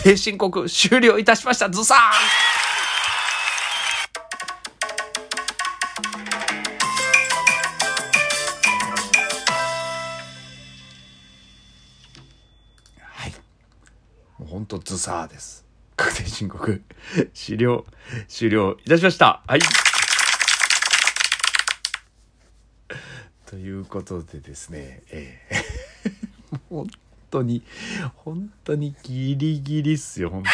定申告終了いたしました。ずさーん。はい。もうほんとずさーです。確定申告終了いたしました。はい。ということでですね、本当にギリギリっすよ、本当。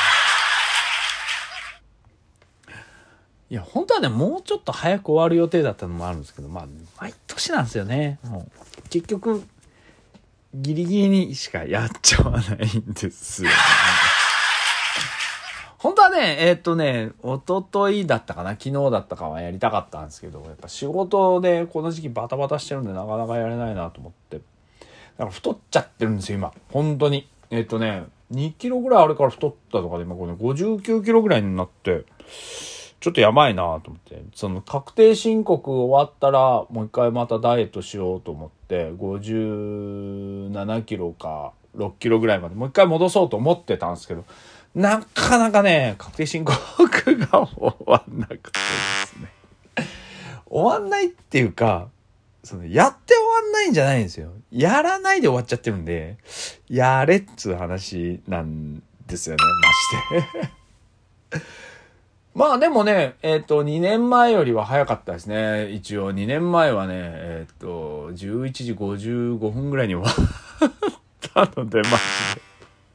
いや、本当はね、もうちょっと早く終わる予定だったのもあるんですけど、まあ、毎年なんですよね。もう結局、ギリギリにしかやっちゃわないんですよね。本当はね、一昨日だったかな、昨日だったかはやりたかったんですけど、やっぱ仕事でこの時期バタバタしてるんでなかなかやれないなと思って。だから太っちゃってるんですよ、今。本当に。2キロぐらいあれから太ったとかで、今これ59キロぐらいになって、ちょっとやばいなと思って。その確定申告終わったら、もう一回またダイエットしようと思って、57キロか6キロぐらいまでもう一回戻そうと思ってたんですけど、なかなかね、確定申告が終わんなくてですね。終わんないっていうか、やって終わんないんじゃないんですよ。やらないで終わっちゃってるんで、やれっつう話なんですよね、マジで。まあでもね、2年前よりは早かったですね。一応2年前はね、11時55分ぐらいに終わったので、マジで。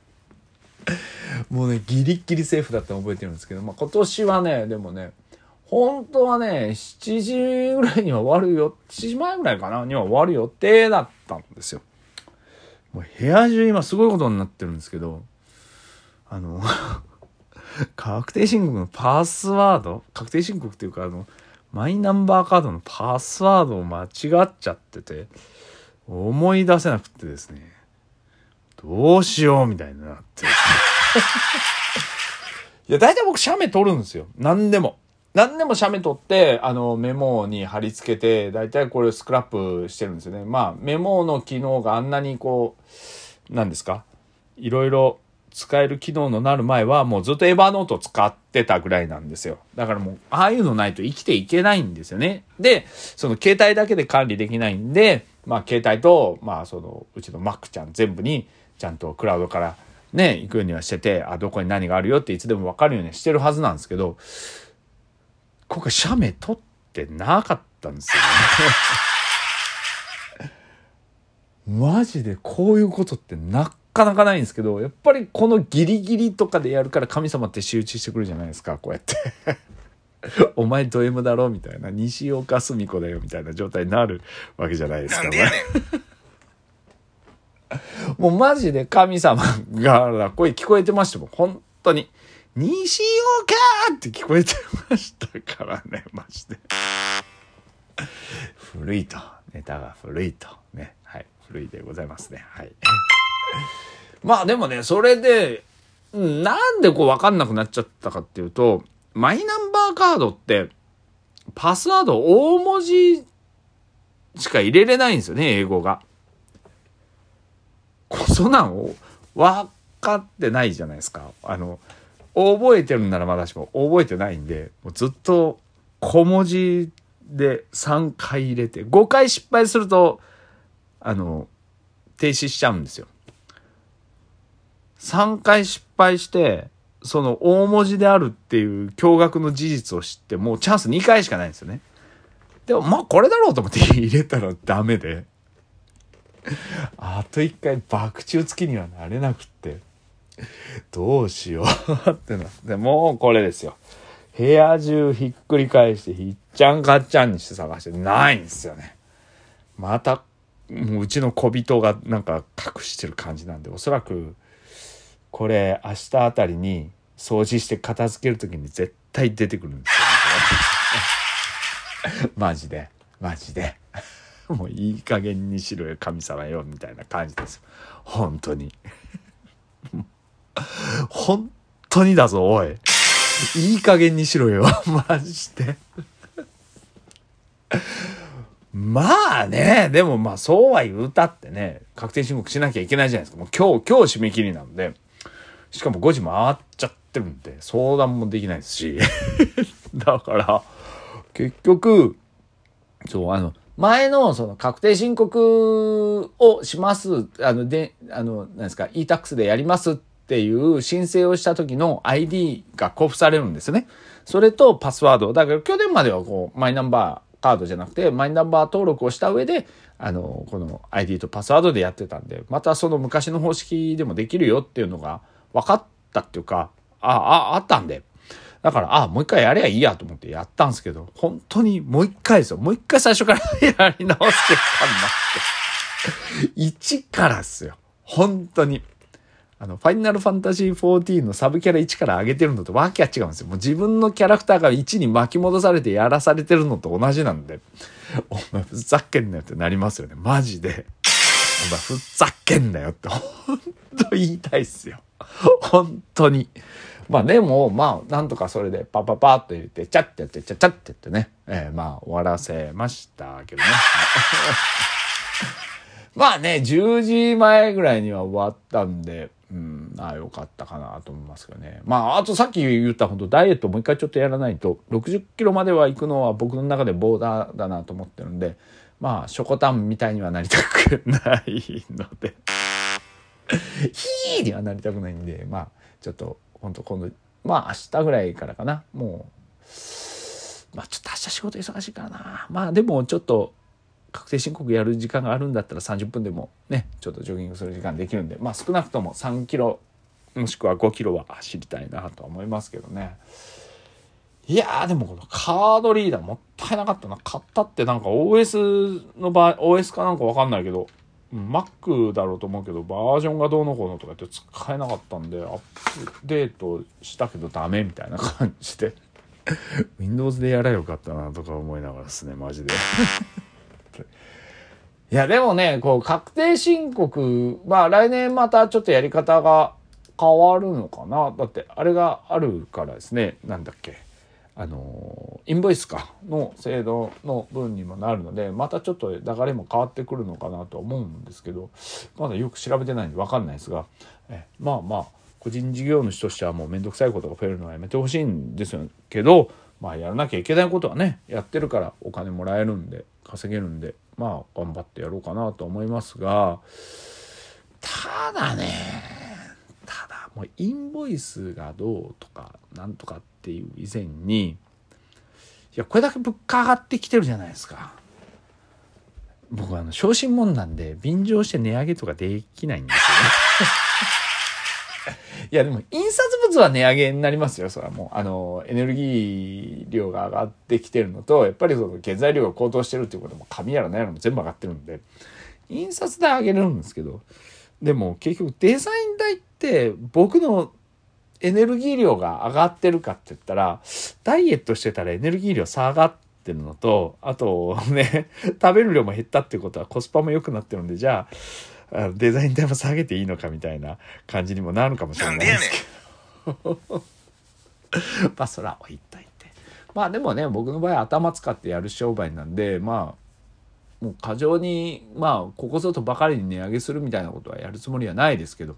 もうね、ギリギリセーフだったの覚えてるんですけど、まあ今年はね、でもね、本当はね、7時ぐらいには終わるよ、7時前ぐらいかなには終わる予定だったんですよ。もう部屋中今すごいことになってるんですけど、確定申告のパスワード、確定申告っていうかマイナンバーカードのパスワードを間違っちゃってて、思い出せなくてですね、どうしようみたいになってですね。いや、大体僕写メ撮るんですよ。何でも写メ撮って、メモに貼り付けて、大体これスクラップしてるんですよね。まあ、メモの機能があんなに何ですか？いろいろ使える機能のなる前は、もうずっとエヴァノート使ってたぐらいなんですよ。だからもう、ああいうのないと生きていけないんですよね。で、その携帯だけで管理できないんで、まあ、携帯と、まあ、うちの Mac ちゃん全部に、ちゃんとクラウドからね、行くようにはしてて、どこに何があるよっていつでも分かるようにしてるはずなんですけど、今回写メ撮ってなかったんですよね。マジでこういうことってなかなかないんですけど、やっぱりこのギリギリとかでやるから神様って仕打ちしてくるじゃないですか、こうやって。お前ド M だろみたいな、西岡澄子だよみたいな状態になるわけじゃないですか。なんでやねん。もうマジで神様が声聞こえてましたもん、本当に。西岡って聞こえてましたからね、マジで。古いと。ネタが古いと。ね。はい。古いでございますね。はい。まあでもね、それで、なんで分かんなくなっちゃったかっていうと、マイナンバーカードって、パスワード大文字しか入れれないんですよね、英語が。そんなんを分かってないじゃないですか。覚えてるんならまだしも覚えてないんで、もうずっと小文字で3回入れて、5回失敗すると、停止しちゃうんですよ。3回失敗して、その大文字であるっていう驚愕の事実を知って、もうチャンス2回しかないんですよね。でもまあこれだろうと思って入れたらダメで、あと1回爆中付きにはなれなくって、どうしようってなって、もうこれですよ。部屋中ひっくり返してひっちゃんかっちゃんにして探してないんですよね。またもううちの小人がなんか隠してる感じなんで、おそらくこれ明日あたりに掃除して片付けるときに絶対出てくるんですよ、ね、マジでもういい加減にしろよ神様よみたいな感じですよ。本当に本当にだぞおい、いい加減にしろよマジでまあね、でもまあそうは言うたってね、確定申告しなきゃいけないじゃないですか。もう今日締め切りなんで、 しかも5時回っちゃってるんで相談もできないですしだから結局そう前のその確定申告をしますなんですか e-tax でやりますっていう申請をした時の ID が交付されるんですよね。それとパスワードだから去年まではこうマイナンバーカードじゃなくてマイナンバー登録をした上でこの ID とパスワードでやってたんで、またその昔の方式でもできるよっていうのが分かったっていうかあったんで、だからもう一回やればいいやと思ってやったんですけど、本当にもう一回ですよ。もう一回最初からやり直してたんだって1からっすよ。本当にファイナルファンタジー14のサブキャラ1から上げてるのとわけは違うんですよ。もう自分のキャラクターが1に巻き戻されてやらされてるのと同じなんで、お前ふざけんなよってなりますよね。マジで。お前ふざけんなよって本当言いたいっすよ。本当に。まあでもなんとかそれでパッと入れてチャッてやってチャッチャッてやってね、終わらせましたけどね。まあね10時前ぐらいには終わったんで、よかったかなと思いますけどね。あとさっき言った本当ダイエットもう一回ちょっとやらないと60キロまでは行くのは僕の中でボーダーだなと思ってるんで、ショコタンみたいにはなりたくないのでヒーにはなりたくないんで、ちょっと本当今度明日ぐらいからかな。もうちょっと明日仕事忙しいからな。でもちょっと確定申告やる時間があるんだったら30分でもねちょっとジョギングする時間できるんで、少なくとも3キロもしくは5キロは走りたいなとは思いますけどね。いやーでもこのカードリーダーもったいなかったな。買ったってなんか OS の場合 OS かなんかわかんないけどMac だろうと思うけどバージョンがどうのこうのとかって使えなかったんでアップデートしたけどダメみたいな感じでWindows でやらよかったなとか思いながらですねマジでいやでもねこう確定申告来年またちょっとやり方が変わるのかな。だってあれがあるからですね。なんだっけインボイスの制度の分にもなるのでまたちょっと流れも変わってくるのかなと思うんですけど、まだよく調べてないんで分かんないですが、個人事業主としてはもうめんどくさいことが増えるのはやめてほしいんですよけど、やらなきゃいけないことはねやってるからお金もらえるんで稼げるんで頑張ってやろうかなと思いますが、ただもうインボイスがどうとかなんとかっていう以前に、いやこれだけ物価上がってきてるじゃないですか。僕は小心者なんで便乗して値上げとかできないんですよねいやでも印刷物は値上げになりますよ。それはもうエネルギー量が上がってきてるのとやっぱりその原材料が高騰してるっていうことも紙やら何やらも全部上がってるんで印刷代上げれるんですけど、でも結局デザイン代って僕のエネルギー量が上がってるかって言ったらダイエットしてたらエネルギー量下がってるのと、あとね食べる量も減ったっていうことはコスパも良くなってるんで、じゃあデザイン代も下げていいのかみたいな感じにもなるかもしれないですけどそら置いといて、でもね僕の場合頭使ってやる商売なんでもう過剰にここぞとばかりに値上げするみたいなことはやるつもりはないですけど、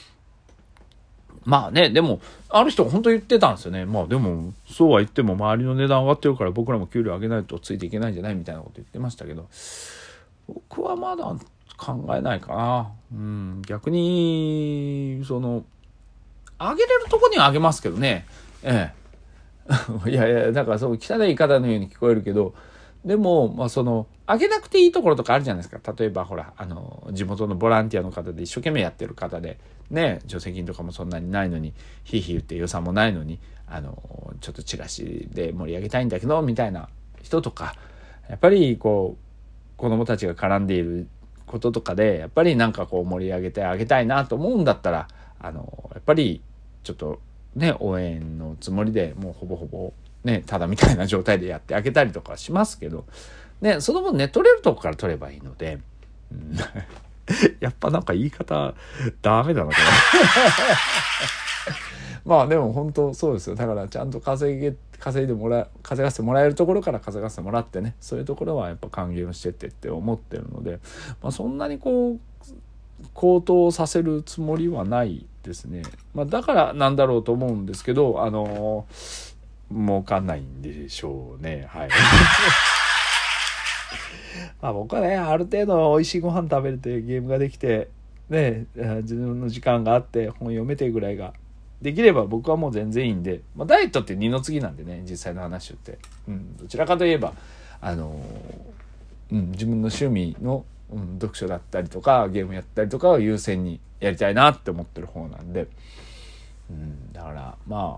でもある人が本当に言ってたんですよね。でもそうは言っても周りの値段上がってるから僕らも給料上げないとついていけないんじゃないみたいなこと言ってましたけど、僕はまだ考えないかな。逆に上げれるとこには上げますけどね。いやだからそう汚い言い方のように聞こえるけど、でも上げなくていいところとかあるじゃないですか。例えばほら地元のボランティアの方で一生懸命やってる方でね、助成金とかもそんなにないのにひいひい言って予算もないのにちょっとチラシで盛り上げたいんだけどみたいな人とか、やっぱり子供たちが絡んでいることとかでやっぱり盛り上げてあげたいなと思うんだったらやっぱりちょっとね応援のつもりでもうほぼほぼねただみたいな状態でやってあげたりとかしますけどね、その分ね取れるとこから取ればいいので、やっぱ言い方ダメだなこれでも本当そうですよ。だからちゃんと稼がせてもらえるところから稼がせてもらってね、そういうところはやっぱ還元をしてって思ってるので、そんなに高騰させるつもりはないですね。だからなんだろうと思うんですけど、儲かんないんでしょうね。はい。僕はね、ある程度美味しいご飯食べれてゲームができて、ね、自分の時間があって本読めてぐらいができれば僕はもう全然いいんで、ダイエットって二の次なんでね、実際の話って、どちらかといえば自分の趣味の、読書だったりとかゲームやったりとかを優先にやりたいなって思ってる方なんで、だから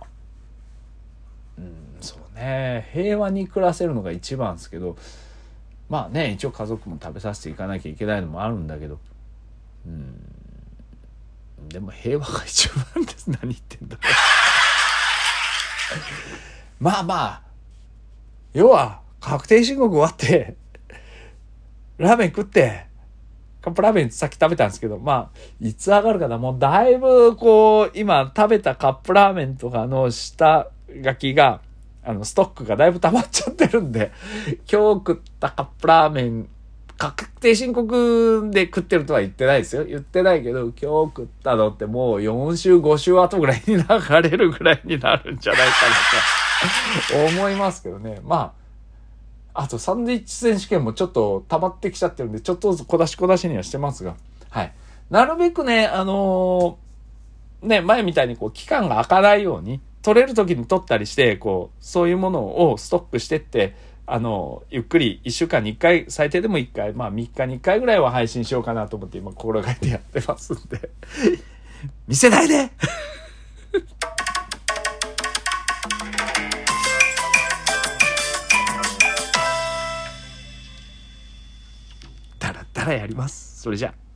そうね、平和に暮らせるのが一番ですけど、一応家族も食べさせていかなきゃいけないのもあるんだけど、でも平和が一番です。何言ってんだ要は確定申告終わってラーメン食ってカップラーメンさっき食べたんですけど、いつ上がるかな。もうだいぶ今食べたカップラーメンとかの下書きがストックがだいぶ溜まっちゃってるんで、今日食ったカップラーメン確定申告で食ってるとは言ってないですよ。言ってないけど、今日食ったのってもう4週5週後ぐらいに流れるぐらいになるんじゃないかなと思いますけどね。あとサンドイッチ選手権もちょっと溜まってきちゃってるんで、ちょっとずつ小出しにはしてますが、はい。なるべくね、前みたいに期間が空かないように、取れる時に取ったりして、そういうものをストックしてって、ゆっくり1週間に1回、最低でも1回、3日に1回ぐらいは配信しようかなと思って今心がけてやってますんで。見せないでだらだらやります。それじゃあ。